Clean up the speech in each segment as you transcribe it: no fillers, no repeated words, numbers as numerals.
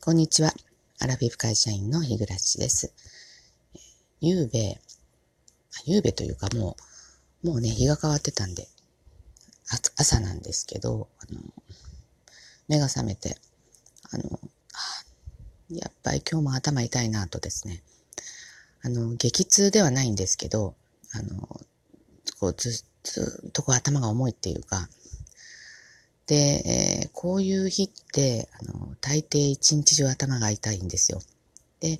こんにちは。アラフィフ会社員の日暮です。ゆうべというかもうね、日が変わってたんで、朝なんですけど、目が覚めて、やっぱり今日も頭痛いなとですね、激痛ではないんですけど、ずっと頭が重いっていうか、で、こういう日って、大抵一日中頭が痛いんですよ。で、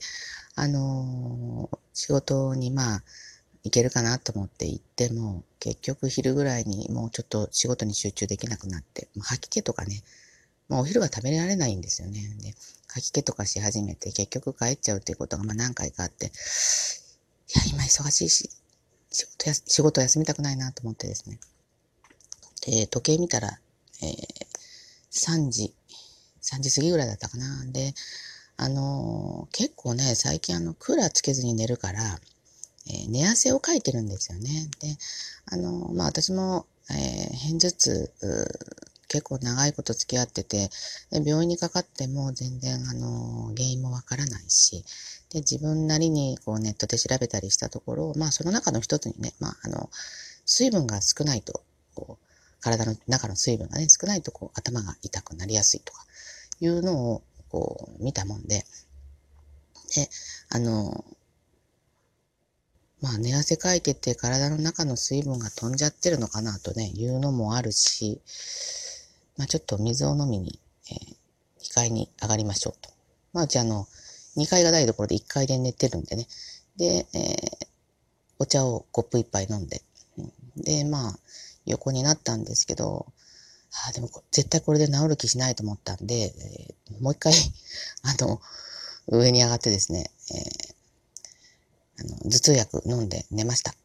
仕事に行けるかなと思って行っても、結局昼ぐらいにもうちょっと仕事に集中できなくなって、吐き気とかね、もうお昼が食べられないんですよね。で、吐き気とかし始めて、結局帰っちゃうっていうことが何回かあって、いや、今忙しいし、仕事休みたくないなと思ってですね。で、時計見たら、3時過ぎぐらいだったかな。で、結構ね、最近クーラーつけずに寝るから、寝汗をかいてるんですよね。で、私も、片頭痛、結構長いこと付き合ってて、で病院にかかっても全然、原因もわからないし、で、自分なりにこうネットで調べたりしたところ、その中の一つにね、水分が少ないと、体の中の水分がね、少ないと頭が痛くなりやすいとかいうのを見たもんで、で、寝汗かいてて体の中の水分が飛んじゃってるのかなとね、いうのもあるし、ちょっと水を飲みに、2階に上がりましょうと。うち2階が台所で1階で寝てるんでね。で、お茶をコップ1杯飲んで。で、横になったんですけど、でも絶対これで治る気しないと思ったんで、もう一回、上に上がってですね、頭痛薬飲んで寝ました。はい。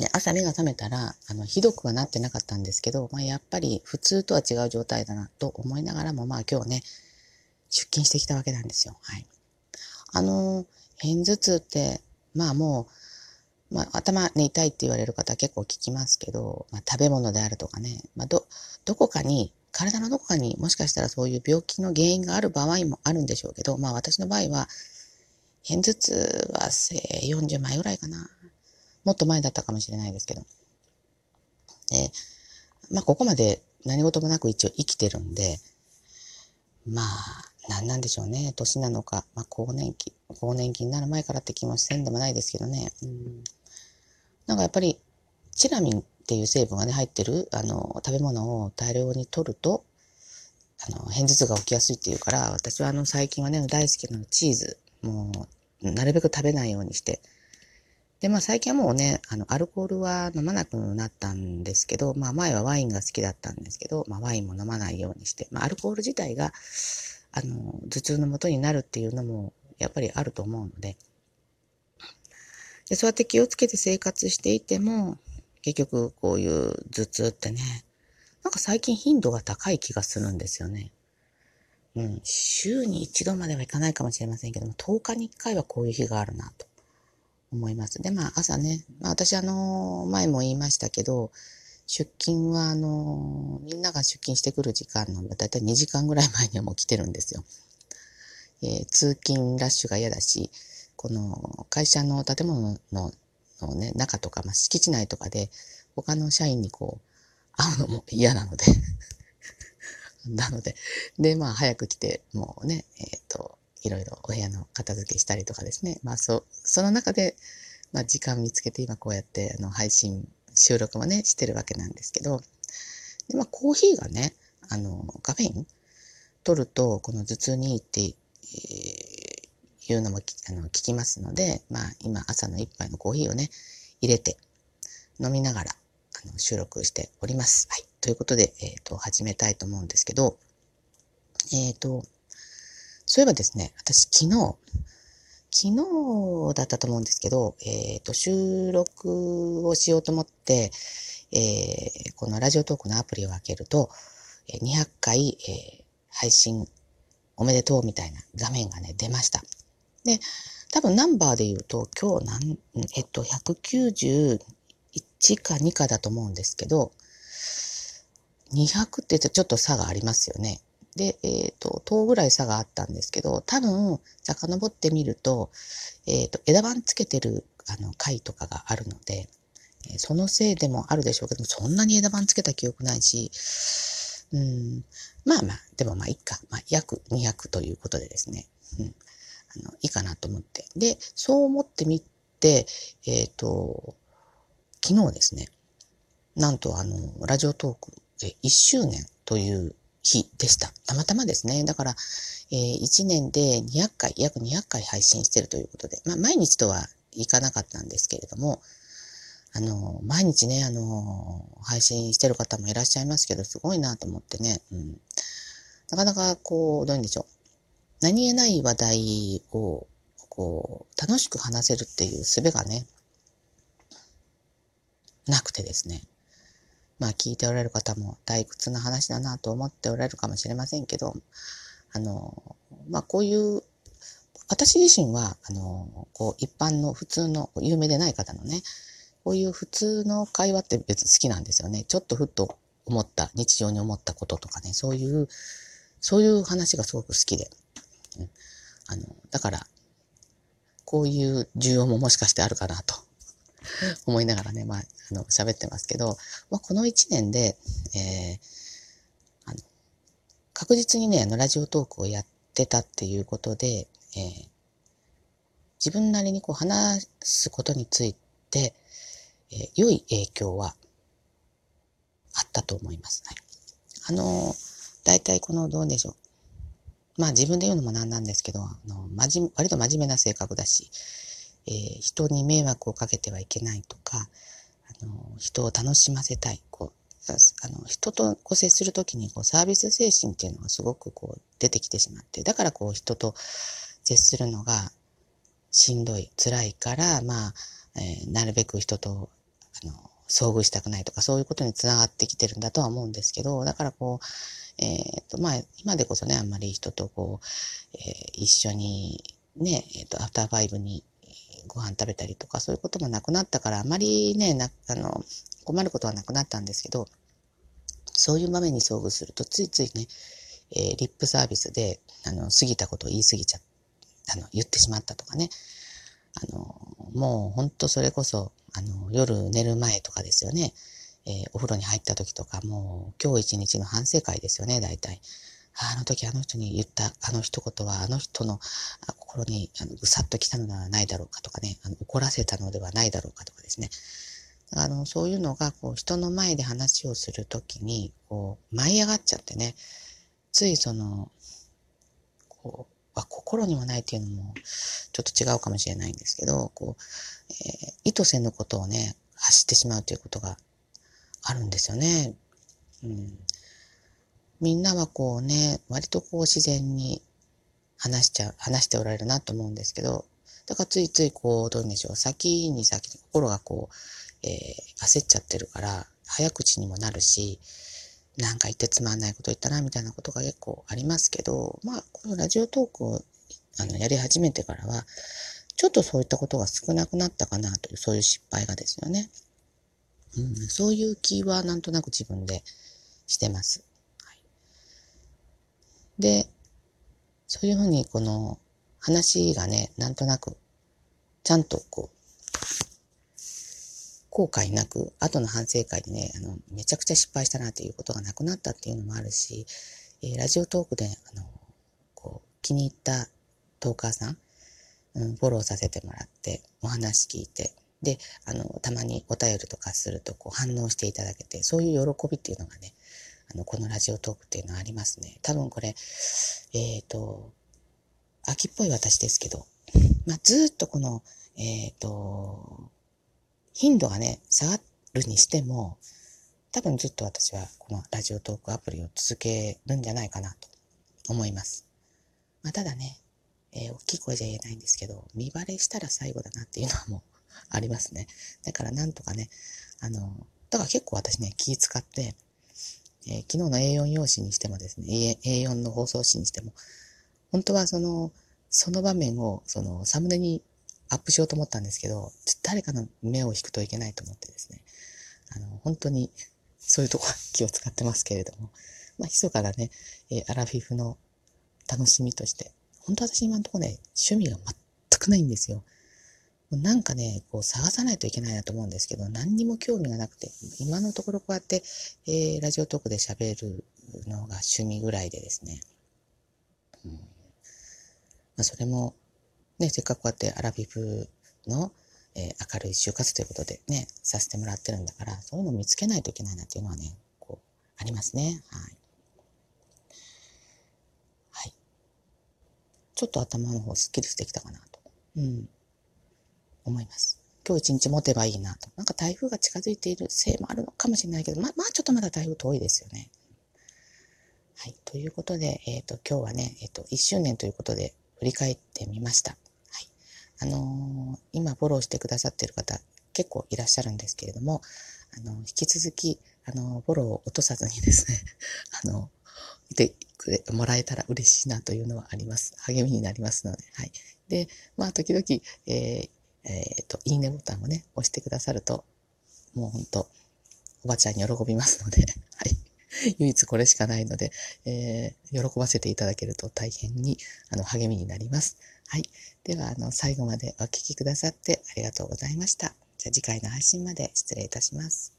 で、朝目が覚めたら、ひどくはなってなかったんですけど、やっぱり普通とは違う状態だなと思いながらも、今日ね、出勤してきたわけなんですよ。はい。片頭痛って、もう、頭ね、痛いって言われる方結構聞きますけど、食べ物であるとかね、どこかに、体のどこかにもしかしたらそういう病気の原因がある場合もあるんでしょうけど、私の場合は、片頭痛は40前ぐらいかな。もっと前だったかもしれないですけど。で、ここまで何事もなく一応生きてるんで、何なんでしょうね。年なのか、更年期になる前からって気もせんでもないですけどね。なんかやっぱり、チラミンっていう成分がね、入ってる、食べ物を大量に取ると、片頭痛が起きやすいっていうから、私は最近はね、大好きなチーズ、もう、なるべく食べないようにして、で、最近はもうね、アルコールは飲まなくなったんですけど、前はワインが好きだったんですけど、ワインも飲まないようにして、アルコール自体が、頭痛の元になるっていうのも、やっぱりあると思うので、そうやって気をつけて生活していても、結局こういう頭痛ってね、なんか最近頻度が高い気がするんですよね。週に一度まではいかないかもしれませんけども、10日に1回はこういう日があるなと思います。で、朝ね、私前も言いましたけど、出勤はみんなが出勤してくる時間のだいたい2時間ぐらい前にはもう来てるんですよ。通勤ラッシュが嫌だし、この会社の建物のね、中とか、敷地内とかで、他の社員に会うのも嫌なのでで、早く来て、もうね、いろいろお部屋の片付けしたりとかですね。その中で、時間見つけて今こうやって、収録もね、してるわけなんですけど、で、コーヒーがね、カフェイン取ると、この頭痛にいいって、いうのも聞きますので、今朝の一杯のコーヒーをね、入れて飲みながら、収録しております。はい。ということで、始めたいと思うんですけど、そういえばですね、私昨日だったと思うんですけど、収録をしようと思って、このラジオトークのアプリを開けると、200回、配信おめでとうみたいな画面がね、出ました。で、多分ナンバーで言うと、今日191か2かだと思うんですけど、200って言うとちょっと差がありますよね。 で、10ぐらい差があったんですけど、多分、遡ってみると、枝番つけてる、回とかがあるので、そのせいでもあるでしょうけども、そんなに枝番つけた記憶ないし、まあまあ、でもまあいいか。まあ、約200ということでですね。いいかなと思って。で、そう思ってみて、昨日ですね、なんとラジオトーク、1周年という日でした。たまたまですね。だから、1年で200回、約200回配信してるということで、まあ、毎日とはいかなかったんですけれども、毎日ね、配信してる方もいらっしゃいますけど、すごいなと思ってね、なかなかこう、どういうんでしょう。何気ない話題を、こう、楽しく話せるっていう術がね、なくてですね。まあ聞いておられる方も退屈な話だなと思っておられるかもしれませんけど、まあこういう、私自身は、こう一般の普通の有名でない方のね、こういう普通の会話って別に好きなんですよね。ちょっとふっと思った、日常に思ったこととかね、そういう話がすごく好きで。うん、だから、こういう需要ももしかしてあるかなと思いながらね、まあ、喋ってますけど、まあ、この1年で、あの、確実にね、ラジオトークをやってたっていうことで、自分なりにこう話すことについて、良い影響はあったと思います。はい。大体この、どうでしょう。まあ自分で言うのもなんなんですけど、割と真面目な性格だし、人に迷惑をかけてはいけないとか、人を楽しませたい。こう、人と接するときにサービス精神っていうのがすごく出てきてしまって、だから人と接するのがしんどい、辛いから、まあ、なるべく人と、遭遇したくないとか、そういうことにつながってきてるんだとは思うんですけど、だからまあ、今でこそね、あんまり人と一緒にね、アフターファイブにご飯食べたりとか、そういうこともなくなったから、あまりね、困ることはなくなったんですけど、そういう場面に遭遇すると、ついついね、リップサービスで、過ぎたことを言い過ぎちゃ、言ってしまったとかね、もう本当それこそ、夜寝る前とかですよね。お風呂に入った時とか、もう今日一日の反省会ですよね、大体。あの時あの人に言ったあの一言はあの人の心にぐさっと来たのではないだろうかとかね、怒らせたのではないだろうかとかですね。そういうのが人の前で話をするときに舞い上がっちゃってね、つい心にもないっていうのもちょっと違うかもしれないんですけど、意図せぬことをね、発してしまうということがあるんですよね。みんなは割と自然に話しておられるなと思うんですけど、だからついついどういうんでしょう、先に心が焦っちゃってるから、早口にもなるし、なんか言ってつまんないこと言ったな、みたいなことが結構ありますけど、まあ、このラジオトークをやり始めてからは、ちょっとそういったことが少なくなったかなという、そういう失敗がですよね。そういう気はなんとなく自分でしてます。はい、で、そういうふうに話がね、なんとなく、ちゃんと後悔なく、後の反省会でね、めちゃくちゃ失敗したなっていうことがなくなったっていうのもあるし、ラジオトークで、気に入ったトーカーさん、フォローさせてもらって、お話聞いて、で、たまにお便りとかすると、反応していただけて、そういう喜びっていうのがね、このラジオトークっていうのはありますね。多分これ、秋っぽい私ですけど、まあ、ずーっと頻度がね、下がるにしても、多分ずっと私はこのラジオトークアプリを続けるんじゃないかなと思います。まあ、ただね、大きい声じゃ言えないんですけど、見バレしたら最後だなっていうのはもうありますね。だからなんとかね、だから結構私ね、気使って、昨日の A4 用紙にしてもですね、A4 の放送紙にしても、本当はその場面を、サムネにアップしようと思ったんですけど、誰かの目を引くといけないと思ってですね、本当に、そういうとこは気を使ってますけれども、 まあ、密かなね、アラフィフの楽しみとして、本当私今のところね、趣味が全くないんですよ。なんかね、こう探さないといけないなと思うんですけど、何にも興味がなくて、今のところこうやって、ラジオトークで喋るのが趣味ぐらいでですね。うん、まあ、それも、ね、せっかくこうやってアラフィフの、明るい就活ということでね、させてもらってるんだから、そういうのを見つけないといけないなっていうのはね、こう、ありますね。はい。はい。ちょっと頭の方すっきりしてきたかなと。うん。思います。今日一日持てばいいなと。なんか台風が近づいているせいもあるのかもしれないけど、まあちょっとまだ台風遠いですよね。はい。ということで、今日はね、1周年ということで振り返ってみました。はい。今フォローしてくださっている方、結構いらっしゃるんですけれども、引き続き、フォローを落とさずにですね、見てくれ、もらえたら嬉しいなというのはあります。励みになりますので、はい。で、まあ、時々、いいねボタンをね、押してくださると、もうほんと、おばちゃんに喜びますので、はい。唯一これしかないので、喜ばせていただけると大変に、励みになります。はい。では、最後までお聞きくださってありがとうございました。じゃあ次回の配信まで失礼いたします。